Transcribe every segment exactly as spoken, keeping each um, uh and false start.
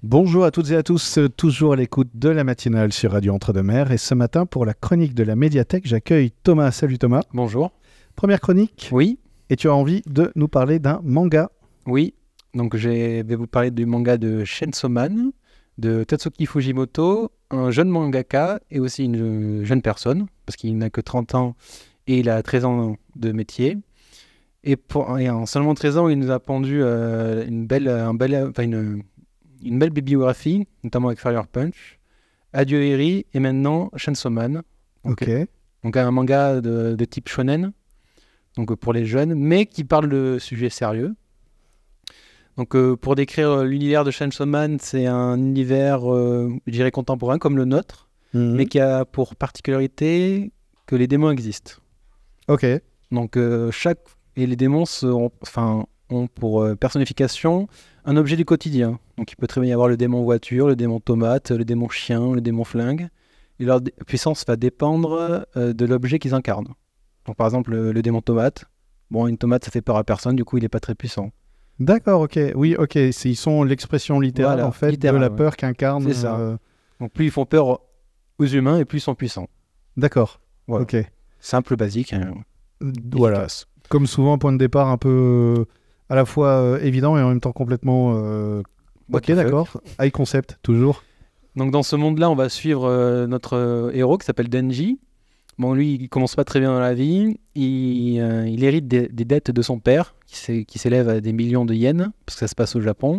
Bonjour à toutes et à tous, euh, toujours à l'écoute de la matinale sur Radio Entre-deux-Mers. Et ce matin, pour la chronique de la médiathèque, j'accueille Thomas. Salut Thomas. Bonjour. Première chronique. Oui, Et tu as envie de nous parler d'un manga. oui. Donc je vais vous parler du manga de Chainsaw Man, de Tatsuki Fujimoto, un jeune mangaka et aussi une jeune personne, parce qu'il n'a que trente ans et il a treize ans de métier. Et, pour, et en seulement treize ans, il nous a pondu euh, une, belle, un bel, enfin une, une belle bibliographie, notamment avec Fire Punch, Adieu Eri et maintenant Chainsaw Man. Donc, Ok. donc un manga de, de type shonen, donc pour les jeunes, mais qui parle de sujets sérieux. Donc euh, pour décrire euh, l'univers de Chainsaw Man, c'est un univers, euh, je dirais, contemporain comme le nôtre, Mhm. mais qui a pour particularité que les démons existent. Ok. Donc euh, chaque et les démons seront, enfin, ont pour euh, personnification un objet du quotidien. Donc il peut très bien y avoir le démon voiture, le démon tomate, le démon chien, le démon flingue. Et leur dé- puissance va dépendre euh, de l'objet qu'ils incarnent. Donc par exemple le, le démon tomate. Bon, une tomate ça fait peur à personne, du coup il n'est pas très puissant. D'accord, ok. Oui, ok. C'est- Ils sont l'expression littérale, Voilà, en fait, littérale, de la ouais. peur qu'incarne. C'est ça. euh, Donc plus ils font peur aux humains et plus ils sont puissants. D'accord. Voilà. Ok. Simple, basique, hein, Voilà. efficace. Comme souvent, point de départ un peu euh, à la fois euh, évident et en même temps complètement. euh, What Ok, the fuck. d'accord. High concept, toujours. Donc dans ce monde-là, on va suivre euh, notre euh, héros qui s'appelle Denji. Bon, lui, il commence pas très bien dans la vie. Il, euh, il hérite des, des dettes de son père, qui, s'est- qui s'élèvent à des millions de yens, parce que ça se passe au Japon.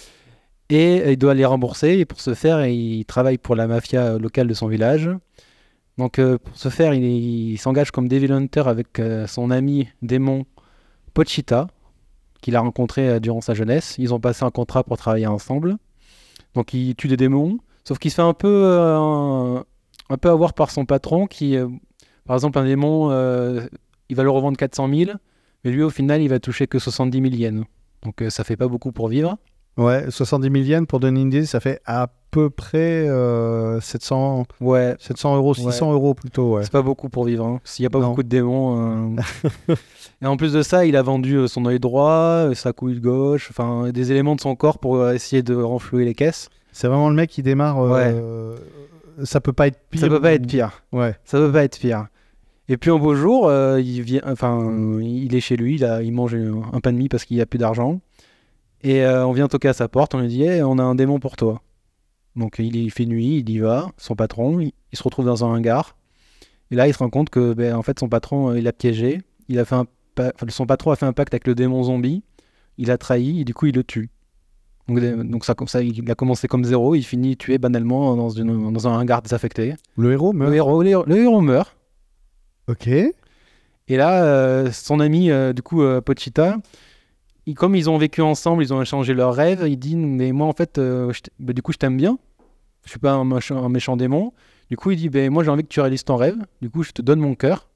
Et euh, il doit les rembourser. Et pour ce faire, il travaille pour la mafia locale de son village. Donc euh, pour ce faire, il, il s'engage comme Devil Hunter avec euh, son ami démon Pochita, qu'il a rencontré euh, durant sa jeunesse. Ils ont passé un contrat pour travailler ensemble. Donc il tue des démons, sauf qu'il se fait un peu, euh, un, un peu avoir par son patron qui, euh, par exemple, un démon, euh, il va le revendre quatre cent mille, mais lui au final il va toucher que soixante-dix mille yens. Donc euh, ça fait pas beaucoup pour vivre. Ouais, soixante-dix mille yens, pour donner une idée, ça fait à peu près euh, sept cents, Ouais, sept cents euros, six cents euros plutôt, ouais. c'est pas beaucoup pour vivre, hein, s'il y a pas Non. beaucoup de démons. euh. Et en plus de ça, il a vendu euh, son œil droit, euh, sa couille gauche, enfin des éléments de son corps pour euh, essayer de renflouer les caisses. C'est vraiment le mec qui démarre. euh, Ça peut pas être pire. Ça peut pas ou- être pire. Ouais. Ça peut pas être pire. Et puis un beau jour, euh, il vient, enfin, il est chez lui, il, a- il mange un, un pain de mie parce qu'il n'y a plus d'argent. Et euh, on vient toquer à sa porte, on lui dit hey, on a un démon pour toi. Donc il, il fait nuit, il y va, son patron, il, il se retrouve dans un hangar. Et là, il se rend compte que ben, en fait, son patron, euh, il a piégé. Il a fait un pa- enfin, son patron a fait un pacte avec le démon zombie. Il a trahi et du coup, il le tue. Donc, euh, donc ça, comme ça, il a commencé comme zéro, il finit tué banalement dans, une, dans un hangar désaffecté. Le héros meurt. Le héros, le héros- le héros meurt. Ok. Et là, euh, son ami, euh, du coup, euh, Pochita, il- comme ils ont vécu ensemble, ils ont échangé leurs rêves, il dit mais moi en fait, euh, je t- bah, du coup je t'aime bien, je suis pas un, méchant- un méchant démon. Du coup il dit ben moi j'ai envie que tu réalises ton rêve, du coup je te donne mon cœur.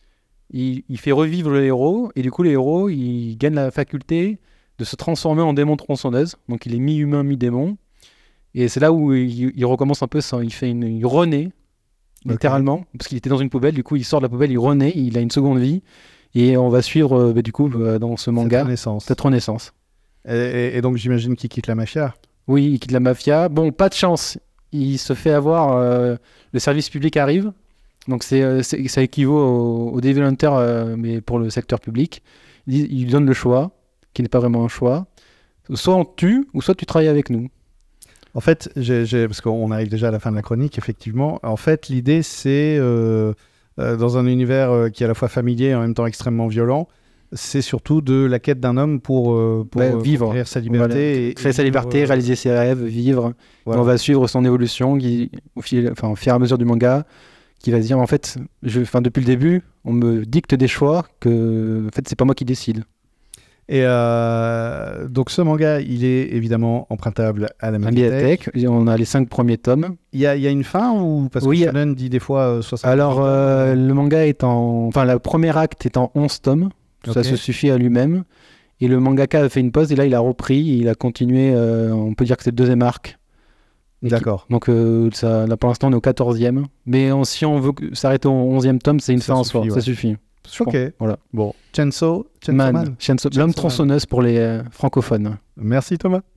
Il, il fait revivre le héros et du coup le héros il gagne la faculté de se transformer en démon tronçonneuse, donc il est mi-humain mi-démon. Et c'est là où il, il recommence un peu ça, il fait une, il renaît littéralement parce qu'il était dans une poubelle, du coup il sort de la poubelle, il renaît, il a une seconde vie. Et on va suivre euh, bah, du coup euh, dans ce Cette manga renaissance. cette renaissance. Et, et- et donc j'imagine qu'il quitte la mafia. Oui, il quitte la mafia. Bon, pas de chance. Il se fait avoir. euh, le service public arrive. Donc c'est, euh, c'est- ça équivaut au, au Devil Hunter, euh, mais pour le secteur public. Il, il lui donne le choix, qui n'est pas vraiment un choix. Soit on te tue, ou soit tu travailles avec nous. En fait, j'ai, j'ai- parce qu'on arrive déjà à la fin de la chronique, effectivement. En fait, l'idée, c'est euh, euh, dans un univers euh, qui est à la fois familier et en même temps extrêmement violent, c'est surtout de la quête d'un homme pour, euh, pour Ouais, euh, vivre. conquérir sa liberté. Voilà. Et, Créer et sa vivre, liberté, euh, réaliser ses rêves, vivre. voilà. Et on va suivre son évolution qui, au, fil, enfin, au fur et à mesure du manga, qui va se dire en fait, je, enfin, depuis le début, on me dicte des choix que en fait, c'est pas moi qui décide. Et euh, donc ce manga, il est évidemment empruntable à la La médiathèque. médiathèque, on a les cinq premiers tomes. Il y a, il y a une fin ou parce Oui, que Shonen dit des fois euh, soixante. Alors, euh, le manga est en. Enfin, le premier acte est en onze tomes. Ça Ok. se suffit à lui-même. Et le mangaka a fait une pause et là, il a repris. Et il a continué. euh, on peut dire que c'est le deuxième arc. Et qui- D'accord. Donc, euh, ça, là, pour l'instant, on est au quatorzième. Mais on- si on veut que- s'arrêter au onzième tome, c'est une Ça fin en suffit, soi. ouais. Ça suffit. Je Ok. pense. Voilà. Bon, Chainsaw, Chainsaw Man. Man. Chainsaw- Chainsaw L'homme Man. tronçonneuse pour les euh, francophones. Merci Thomas.